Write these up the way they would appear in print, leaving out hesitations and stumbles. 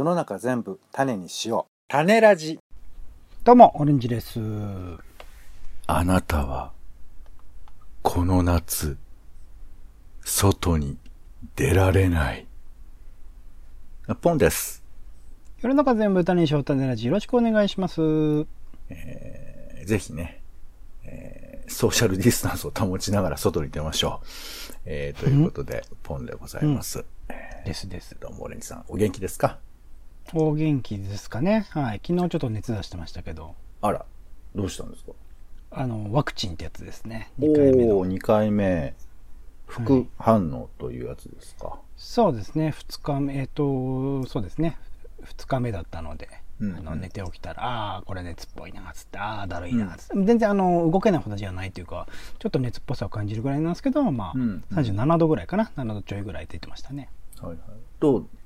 の中全部種にしよう。種ラジ。 どうも、オレンジです。 あなたは、この夏、外に出られない。ポンです。 世の中全部種にしよう、種ラジ。よろしくお願いします。 ぜひね、ソーシャルディスタンスを保ちながら外に出ましょう。ということで、ポンでございます。 です。 どうも、オレンジさん、お元気ですか？ お元気ですかね。はい。昨日ちょっと熱出してましたけど。 あら、どうしたんですか？ ワクチンってやつですね。2回目の。 2回目。副反応というやつですか？ そうですね。2日目、そうですね。2日目だったので、寝て起きたら、これ熱っぽいな、つって、だるいな、つって。全然動けないほどじゃないというか、ちょっと熱っぽさを感じるぐらいなんですけど、37度ぐらいかな。7度ちょいぐらいって言ってましたね。 はいはい。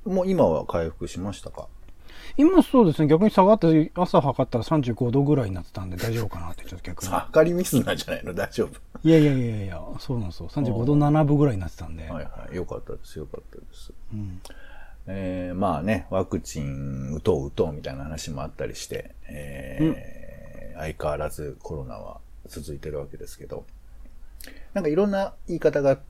もう今は回復しましたか？ 今そうですね、逆に下がって朝測ったら35度ぐらいになってたんで大丈夫かなってちょっと逆に。 測りミスなんじゃないの？大丈夫？ いや、そうなんですよ。35度7分ぐらいになってたんで。 はいはい。よかったです。まあね、ワクチン打とうみたいな話もあったりして、相変わらずコロナは続いてるわけですけど、なんかいろんな言い方があって、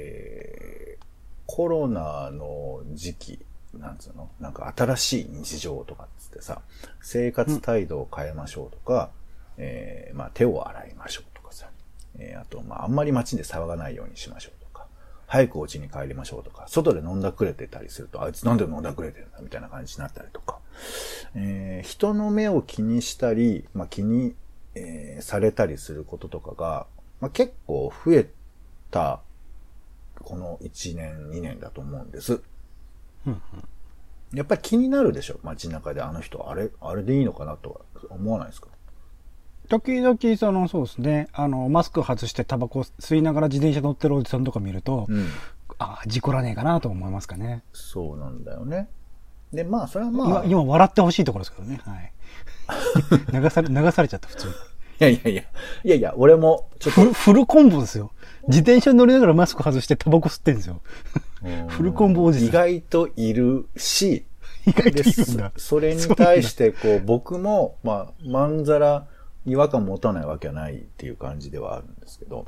コロナの時期、なんつうの？なんか新しい日常とかつってさ、生活態度を変えましょうとか、まあ手を洗いましょうとかさ、あとまああんまり街で騒がないようにしましょうとか、早くお家に帰りましょうとか、外で飲んだくれてたりすると、あいつなんで飲んだくれてるんだみたいな感じになったりとか、人の目を気にしたり、まあ気に、されたりすることとかが、まあ結構増えた、この1年、2年だと思うんです。やっぱり気になるでしょ？街中であの人、あれでいいのかなとは思わないですか？ 時々そうですね、マスク外してタバコ吸いながら自転車乗ってるおじさんとか見ると、事故らねえかなと思いますかね。 そうなんだよね。で、まあ、それはまあ。 今笑ってほしいところですけどね。はい。流されちゃった、普通に。 いや、俺もちょっと。 フルコンボですよ。自転車乗りながらマスク外してタバコ吸ってるんですよ。フルコンボおじさん。 意外といるし、 意外といるんだ。 それに対して、僕も、まあ、まんざら違和感持たないわけはないっていう感じではあるんですけど。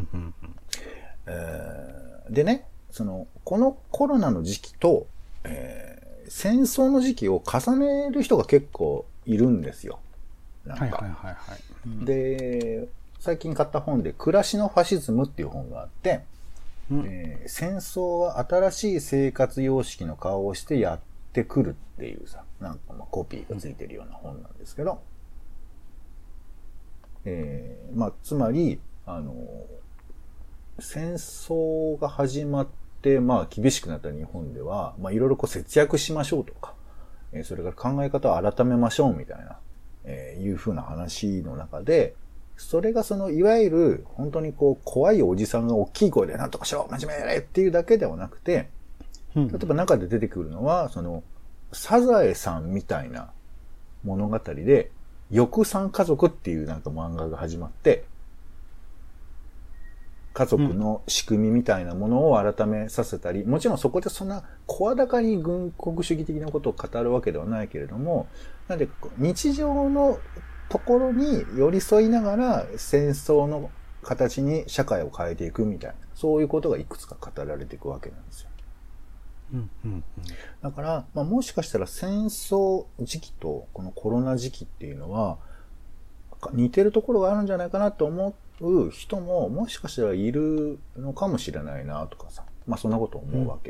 でね、このコロナの時期と、戦争の時期を重ねる人が結構いるんですよ。なんか。で、最近買った本で、暮らしのファシズムっていう本があって、戦争は新しい生活様式の顔をしてやってくるっていうさ、なんかまあコピーがついてるような本なんですけど、まあ、つまり、戦争が始まって、まあ、厳しくなった日本では、まあ、いろいろ節約しましょうとか、それから考え方を改めましょうみたいな、いう風な話の中で、それがいわゆる、本当に怖いおじさんが大きい声でなんとかしろ真面目やれっていうだけではなくて、例えば中で出てくるのは、サザエさんみたいな物語で、翼三家族っていうなんか漫画が始まって、家族の仕組みみたいなものを改めさせたり、もちろんそこでそんな声高に軍国主義的なことを語るわけではないけれども、なんで日常のところに寄り添いながら戦争の形に社会を変えていくみたいな、そういうことがいくつか語られていくわけなんですよ。だから、まあ、もしかしたら戦争時期とこのコロナ時期っていうのは似てるところがあるんじゃないかなと思う人ももしかしたらいるのかもしれないなとかさ、まあそんなこと思うわけ。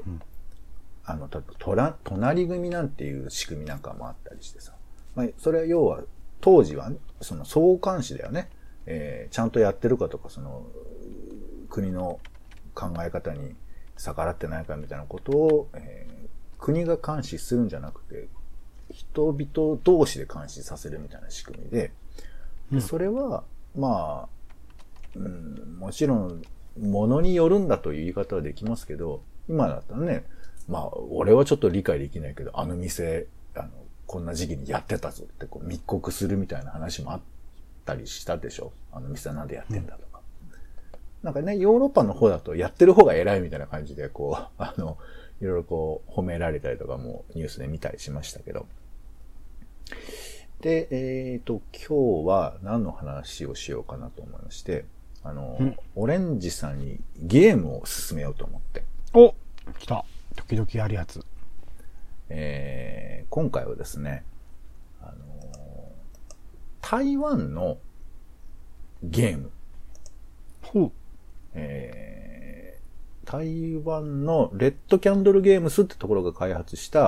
隣組なんていう仕組みなんかもあったりしてさ、まあ、それは要は当時は相関視だよね。ちゃんとやってるかとか国の考え方に逆らってないかみたいなことを、国が監視するんじゃなくて、人々同士で監視させるみたいな仕組みで、それは、まあ、もちろん、ものによるんだという言い方はできますけど、今だったらね、まあ、俺はちょっと理解できないけど、あの店、こんな時期にやってたぞって密告するみたいな話もあったりしたでしょ。あの店なんでやってんだとか。 なんかね、ヨーロッパの方だとやってる方が偉いみたいな感じで、こう、いろいろこう、褒められたりとかもニュースで見たりしましたけど。で、今日は何の話をしようかなと思いまして、オレンジさんにゲームを進めようと思って。 お、来た。時々やるやつ。 今回はですね、台湾のゲーム。 ほう。 台湾のレッドキャンドルゲームスってところが開発した、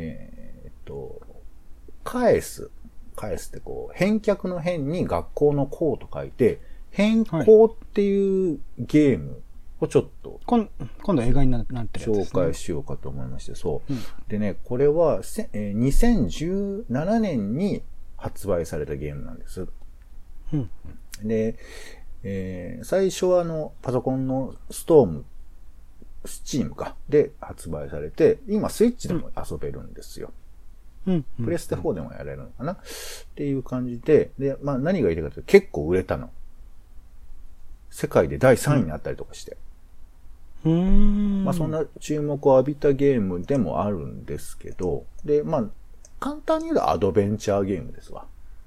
返すってこう、返却の返に学校の校と書いて、返校っていうゲームをちょっと、 今度映画になってるやつですね。 紹介しようかと思いまして、そう。でね、これは、2017年に発売されたゲームなんです。で、最初はパソコンのスチームか、で発売されて、今スイッチでも遊べるんですよ。プレステ4でもやれるのかなっていう感じで、まあ何が言いたいかというと結構売れたの。世界で第3位になったりとかして。まあそんな注目を浴びたゲームでもあるんですけど、で、まあ簡単に言うとアドベンチャーゲームですわ。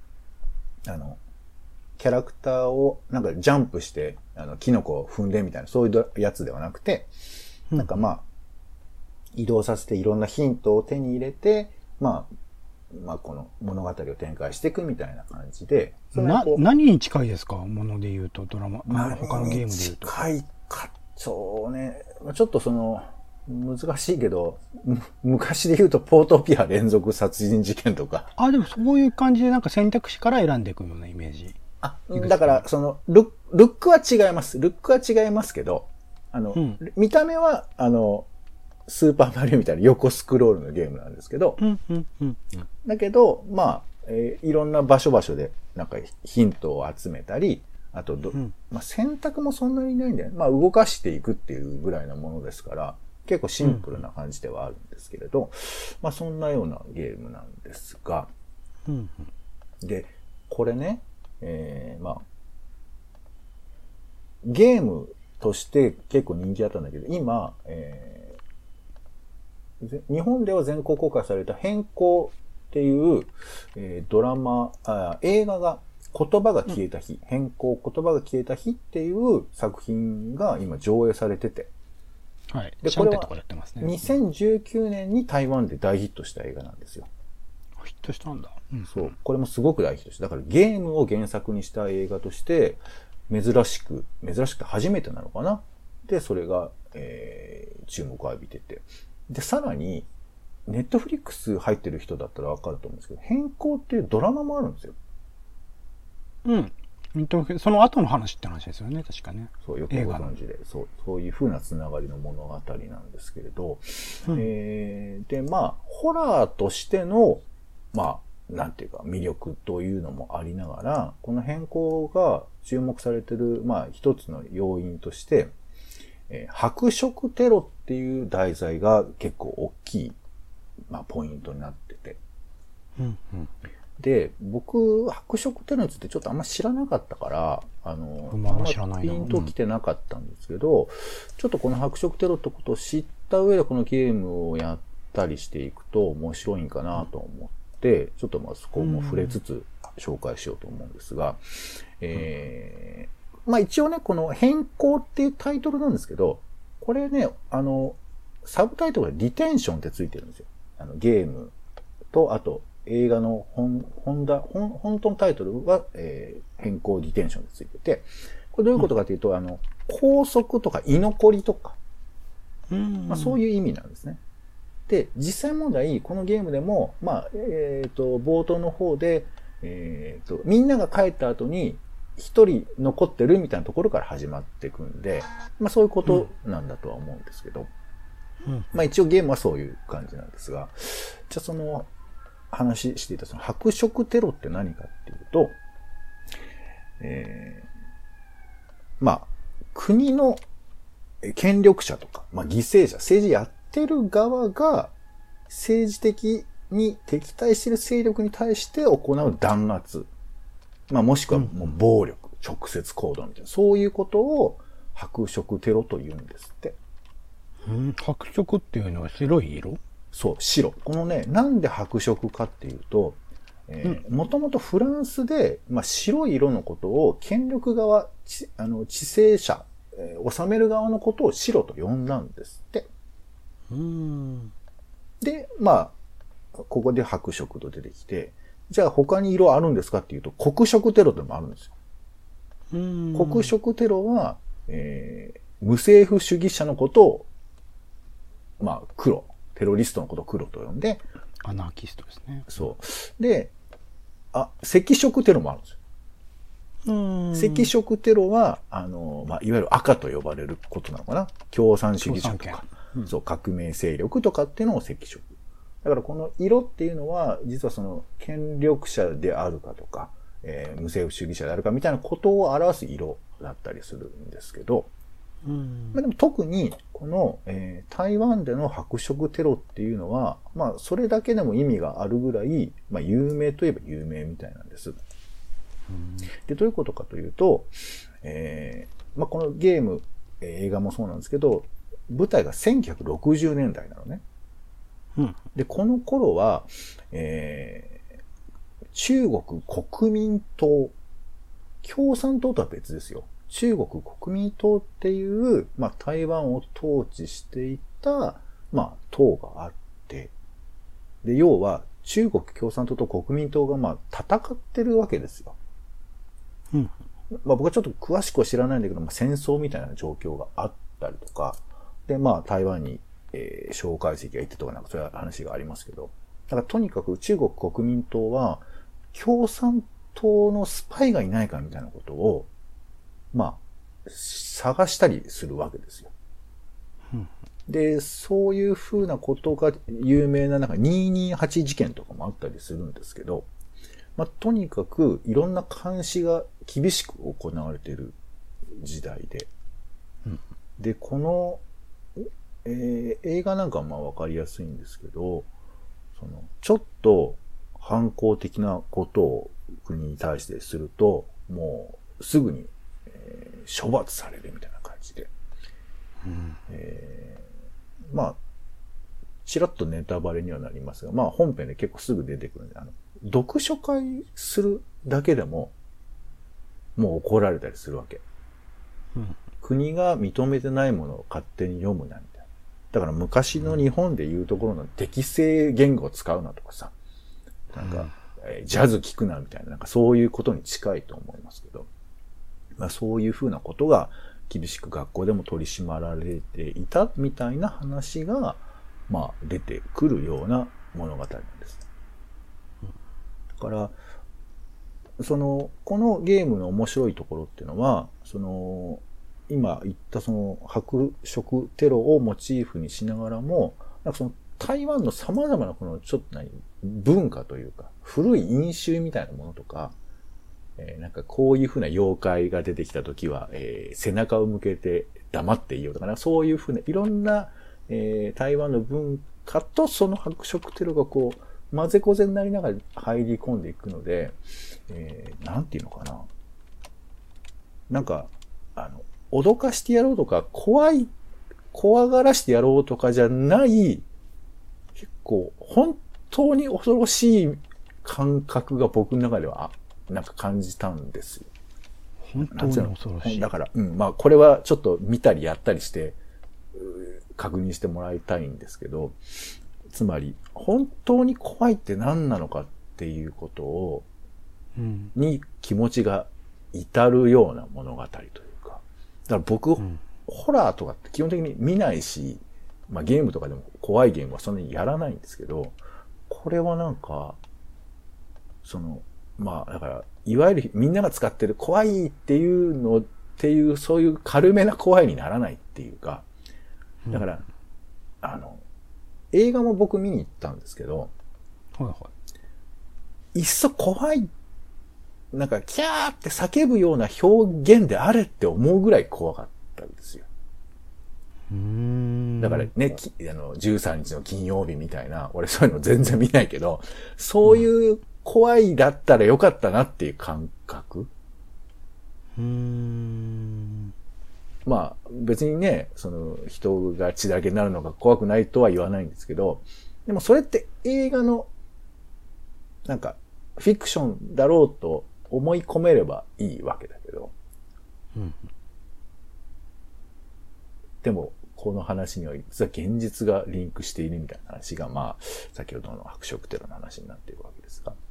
キャラクターをなんかジャンプして、キノコを踏んでみたいな、そういうやつではなくて、なんかまあ、移動させていろんなヒントを手に入れて、まあこの物語を展開していくみたいな感じで。 何に近いですか？もので言うと、ドラマ、他のゲームで言うと。 近いか、そうね。ちょっと難しいけど、昔で言うとポートピア連続殺人事件とか。 でもそういう感じでなんか選択肢から選んでいくようなイメージ。 だから、ルックは違います。ルックは違いますけど、見た目は、スーパーマリオみたいな横スクロールのゲームなんですけど、だけど、まあ、いろんな場所で、なんかヒントを集めたり、あとまあ、選択もそんなにないんだよね。まあ、動かしていくっていうぐらいのものですから、結構シンプルな感じではあるんですけれど、まあ、そんなようなゲームなんですが、で、これね、まあ、ゲームとして結構人気あったんだけど、今、日本では全国公開された変更っていう、映画が言葉が消えた日、変更言葉が消えた日っていう作品が今上映されてて。 はい。 で、これは2019年に台湾で大ヒットした映画なんですよ。 ヒットしたんだ。 そう。これもすごく大ヒットした。だからゲームを原作にした映画として、珍しくて初めてなのかな。で、それが、注目を浴びてて。で、さらに、ネットフリックス入ってる人だったらわかると思うんですけど、変更っていうドラマもあるんですよ。 その後の話って話ですよね、確かね。 そう、よくご存知で。そういう風なつながりの物語なんですけれど。で、まあ、ホラーとしての、まあ、なんていうか、魅力というのもありながら、この変更が注目されている、まあ、一つの要因として、白色テロっていう題材が結構大きい、まあ、ポイントになってて。で、僕、白色テロについてちょっとあんま知らなかったから、あんまピンと来てなかったんですけど、ちょっとこの白色テロってことを知った上でこのゲームをやったりしていくと面白いんかなと思って、ちょっとまあそこも触れつつ紹介しようと思うんですが、まあ一応ね、この変更っていうタイトルなんですけど、これね、サブタイトルがリテンションってついてるんですよ。ゲームと、あと映画の本当のタイトルは、変更リテンションってついてて、これどういうことかというと、拘束とか居残りとか、まあそういう意味なんですね。で、実際問題、このゲームでも、まあ、冒頭の方で、みんなが帰った後に、一人残ってるみたいなところから始まっていくんで、まあそういうことなんだとは思うんですけど、まあ一応ゲームはそういう感じなんですが、じゃあその話していたその白色テロって何かっていうと、まあ国の権力者とか、まあ犠牲者、政治やってる側が政治的に敵対している勢力に対して行う弾圧、まあもしくはもう暴力、直接行動みたいな、そういうことを白色テロと言うんですって。 白色っていうのは白い色？ そう、白。このね、なんで白色かっていうと、もともとフランスで、白い色のことを権力側、治世者、治める側のことを白と呼んだんですって。で、ここで白色と出てきて、じゃあ他に色あるんですかっていうと、黒色テロってのもあるんですよ。黒色テロは、無政府主義者のことを、黒。テロリストのことを黒と呼んで。 アナーキストですね。 そう。で、赤色テロもあるんですよ。赤色テロは、いわゆる赤と呼ばれることなのかな。共産主義者とか、そう、革命勢力とかっていうのを赤色。だからこの色っていうのは、実はその権力者であるかとか、無政府主義者であるかみたいなことを表す色だったりするんですけど、でも特にこの、台湾での白色テロっていうのは、それだけでも意味があるぐらい、有名といえば有名みたいなんです。で、どういうことかというと、このゲーム、映画もそうなんですけど、舞台が1960年代なのね。で、この頃は、中国国民党、共産党とは別ですよ。中国国民党っていう、台湾を統治していた、党があって、で、要は、中国共産党と国民党が戦ってるわけですよ。僕はちょっと詳しくは知らないんだけど、戦争みたいな状況があったりとか、で、台湾に、蒋介石が行ってとかなんかそういう話がありますけど、だからとにかく中国国民党は、共産党のスパイがいないかみたいなことを、探したりするわけですよ。で、そういうふうなことが有名な228事件とかもあったりするんですけど、とにかくいろんな監視が厳しく行われている時代で、で、この、映画なんかはわかりやすいんですけど、ちょっと反抗的なことを国に対してすると、もうすぐに処罰されるみたいな感じで。ちらっとネタバレにはなりますが、本編で結構すぐ出てくるんで、読書会するだけでも、もう怒られたりするわけ。国が認めてないものを勝手に読むな、みたいな。だから昔の日本で言うところの適正言語を使うなとかさ、ジャズ聴くな、みたいな、そういうことに近いと思いますけど、そういうふうなことが厳しく学校でも取り締まられていたみたいな話が、出てくるような物語なんです。だから、このゲームの面白いところっていうのは、今言った白色テロをモチーフにしながらも、台湾の様々なこのちょっと文化というか、古い因習みたいなものとか、こういうふうな妖怪が出てきたときは、背中を向けて黙っていいよとか、そういうふうないろんな、台湾の文化とその白色テロが混ぜこぜになりながら入り込んでいくので、なんていうのかな。脅かしてやろうとか、怖がらしてやろうとかじゃない、結構、本当に恐ろしい感覚が僕の中では、感じたんですよ。 本当に恐ろしい。 だから、これはちょっと見たりやったりして、確認してもらいたいんですけど、つまり、本当に怖いって何なのかっていうことを、に気持ちが至るような物語というか。だから僕、ホラーとかって基本的に見ないし、ゲームとかでも怖いゲームはそんなにやらないんですけど、これはだから、いわゆるみんなが使ってる怖いっていうそういう軽めな怖いにならないっていうか、だから、映画も僕見に行ったんですけど、いっそ怖い、キャーって叫ぶような表現であれって思うぐらい怖かったんですよ。だからね、13日の金曜日みたいな、俺そういうの全然見ないけど、そういう怖いだったらよかったなっていう感覚。 まあ別にね、その人が血だらけになるのが怖くないとは言わないんですけど、でもそれって映画のなんかフィクションだろうと思い込めればいいわけだけど、 うん、 でもこの話には実は現実がリンクしているみたいな話が、まあ先ほどの白色テロの話になっているわけですが、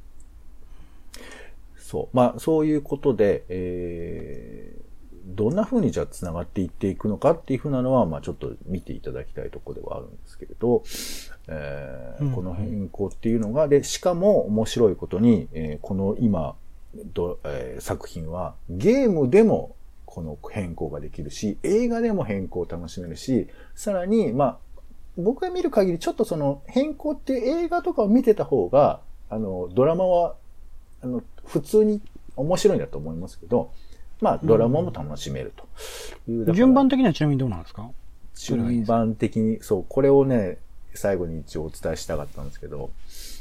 そう、まあそういうことで、どんな風にじゃあ繋がっていっていくのかっていう風なのは、まあちょっと見ていただきたいところではあるんですけれど、この変更っていうのが、で、しかも面白いことに、この今、作品はゲームでもこの変更ができるし、映画でも変更を楽しめるし、さらに、まあ、僕が見る限りちょっとその変更って映画とかを見てた方が、ドラマは、普通に面白いんだと思いますけど、まあ、ドラマも楽しめるという。 順番的にはちなみにどうなんですか？ 順番的に、そう、これをね、最後に一応お伝えしたかったんですけど、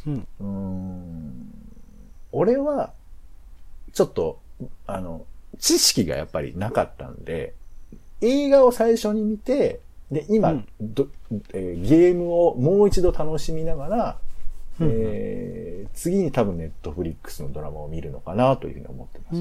俺は、ちょっと、知識がやっぱりなかったんで、映画を最初に見て、で、今、ゲームをもう一度楽しみながら、次に多分ネットフリックスのドラマを見るのかなというふうに思ってます。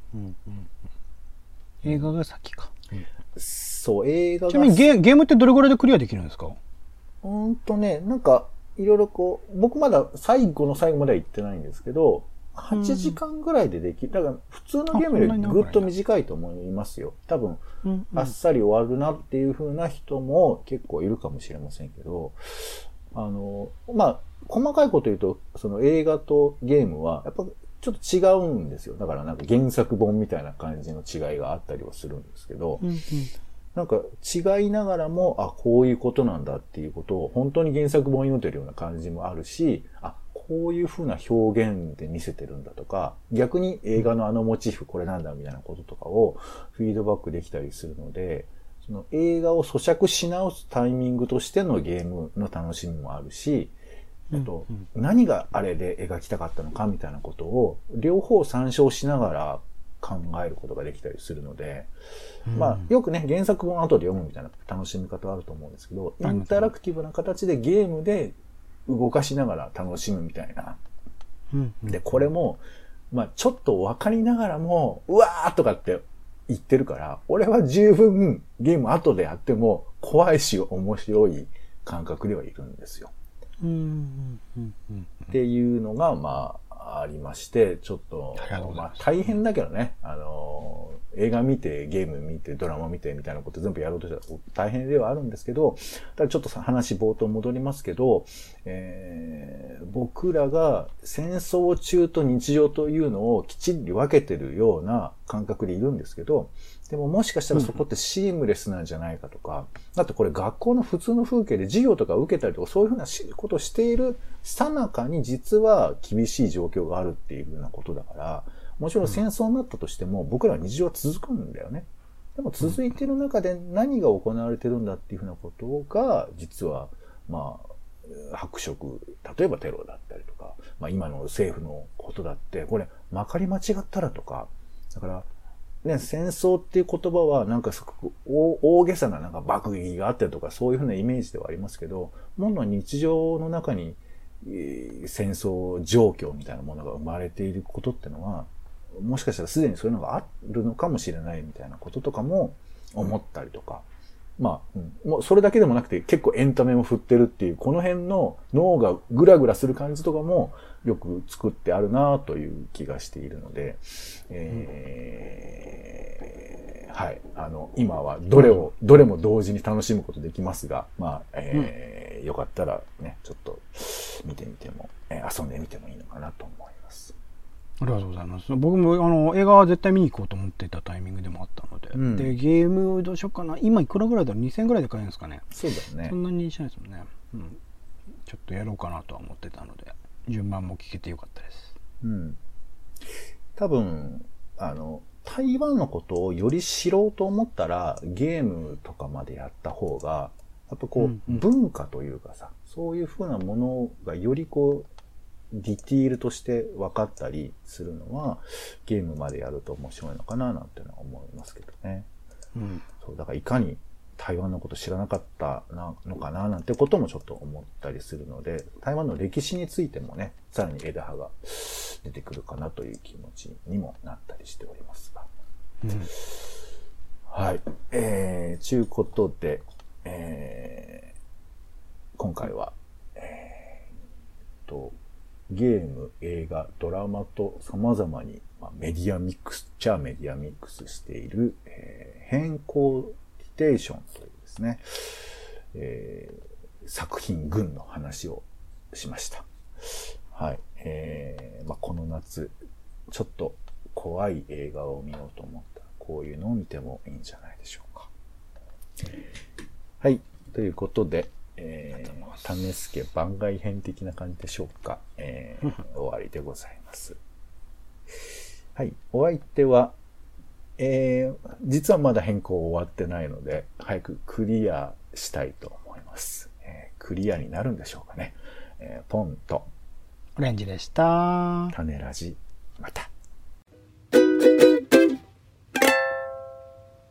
映画が先か。 そう、映画が。 ちなみにゲームってどれぐらいでクリアできるんですか？ なんか、いろいろこう、僕まだ最後の最後までは行ってないんですけど、8時間ぐらいでできる。だから普通のゲームよりぐっと短いと思いますよ。多分、あっさり終わるなっていう風な人も結構いるかもしれませんけど、まあ、細かいこと言うと、その映画とゲームは、やっぱちょっと違うんですよ。だからなんか原作本みたいな感じの違いがあったりはするんですけど、なんか違いながらも、あ、こういうことなんだっていうことを本当に原作本を読んでるような感じもあるし、あ、こういう風な表現で見せてるんだとか、逆に映画のあのモチーフこれなんだみたいなこととかをフィードバックできたりするので、その映画を咀嚼し直すタイミングとしてのゲームの楽しみもあるし、あと、何があれで描きたかったのかみたいなことを両方参照しながら考えることができたりするので、まあ、よくね、原作本後で読むみたいな楽しみ方はあると思うんですけど、インタラクティブな形でゲームで動かしながら楽しむみたいな。で、これも、まあ、ちょっと分かりながらも、うわーとかって言ってるから、俺は十分ゲーム後でやっても怖いし面白い感覚ではいるんですよ。っていうのが、まあ、ありまして、ちょっと、まあ、大変だけどね、映画見て、ゲーム見て、ドラマ見てみたいなこと全部やろうとしたら大変ではあるんですけど、ただちょっと話冒頭戻りますけど、僕らが戦争中と日常というのをきちり分けてるような感覚でいるんですけど、でももしかしたらそこってシームレスなんじゃないかとか、だってこれ学校の普通の風景で授業とか受けたりとかそういうふうなことをしている最中に実は厳しい状況があるっていうふうなことだから、もちろん戦争になったとしても僕らは日常は続くんだよね。でも続いている中で何が行われてるんだっていうふうなことが実は、まあ、白色、例えばテロだったりとか、まあ今の政府のことだって、これまかり間違ったらとか、だから、ね、戦争っていう言葉はなんかすごく大げさななんか爆撃があったりとかそういうふうなイメージではありますけど、もの日常の中に戦争状況みたいなものが生まれていることってのは、もしかしたらすでにそういうのがあるのかもしれないみたいなこととかも思ったりとか、まあ、もうそれだけでもなくて結構エンタメも振ってるっていう、この辺の脳がグラグラする感じとかもよく作ってあるなという気がしているので、はい。今はどれも同時に楽しむことできますが、まあ、よかったらね、ちょっと見てみても、遊んでみてもいいのかなと思います。 ありがとうございます。僕も映画は絶対見に行こうと思っていたタイミングでもあったので、でゲームどうしようかな。今いくらぐらいだろう、2000円ぐらいで買えるんですかね。 そうだよね。 そんなにしないですもんね。ちょっとやろうかなとは思ってたので、順番も聞けてよかったです。 多分台湾のことをより知ろうと思ったらゲームとかまでやった方がやっぱこう、文化というかさ、そういう風なものがよりこうディティールとして分かったりするのはゲームまでやると面白いのかななんてのは思いますけどね。 そう、だからいかに台湾のこと知らなかったのかななんてこともちょっと思ったりするので、台湾の歴史についてもね、さらに枝葉が出てくるかなという気持ちにもなったりしておりますが。 うん、 はい。ちゅうことで、今回は、ゲーム、映画、ドラマと様々に、メディアミックスしている、変更リテーションというですね、作品群の話をしました。はい。この夏、ちょっと怖い映画を見ようと思ったら、こういうのを見てもいいんじゃないでしょうか。はい。ということで、種助番外編的な感じでしょうか。終わりでございます。はい。お相手は、実はまだ変更終わってないので、早くクリアしたいと思います。クリアになるんでしょうかね。ポンと。 オレンジでした。 種ラジ、また。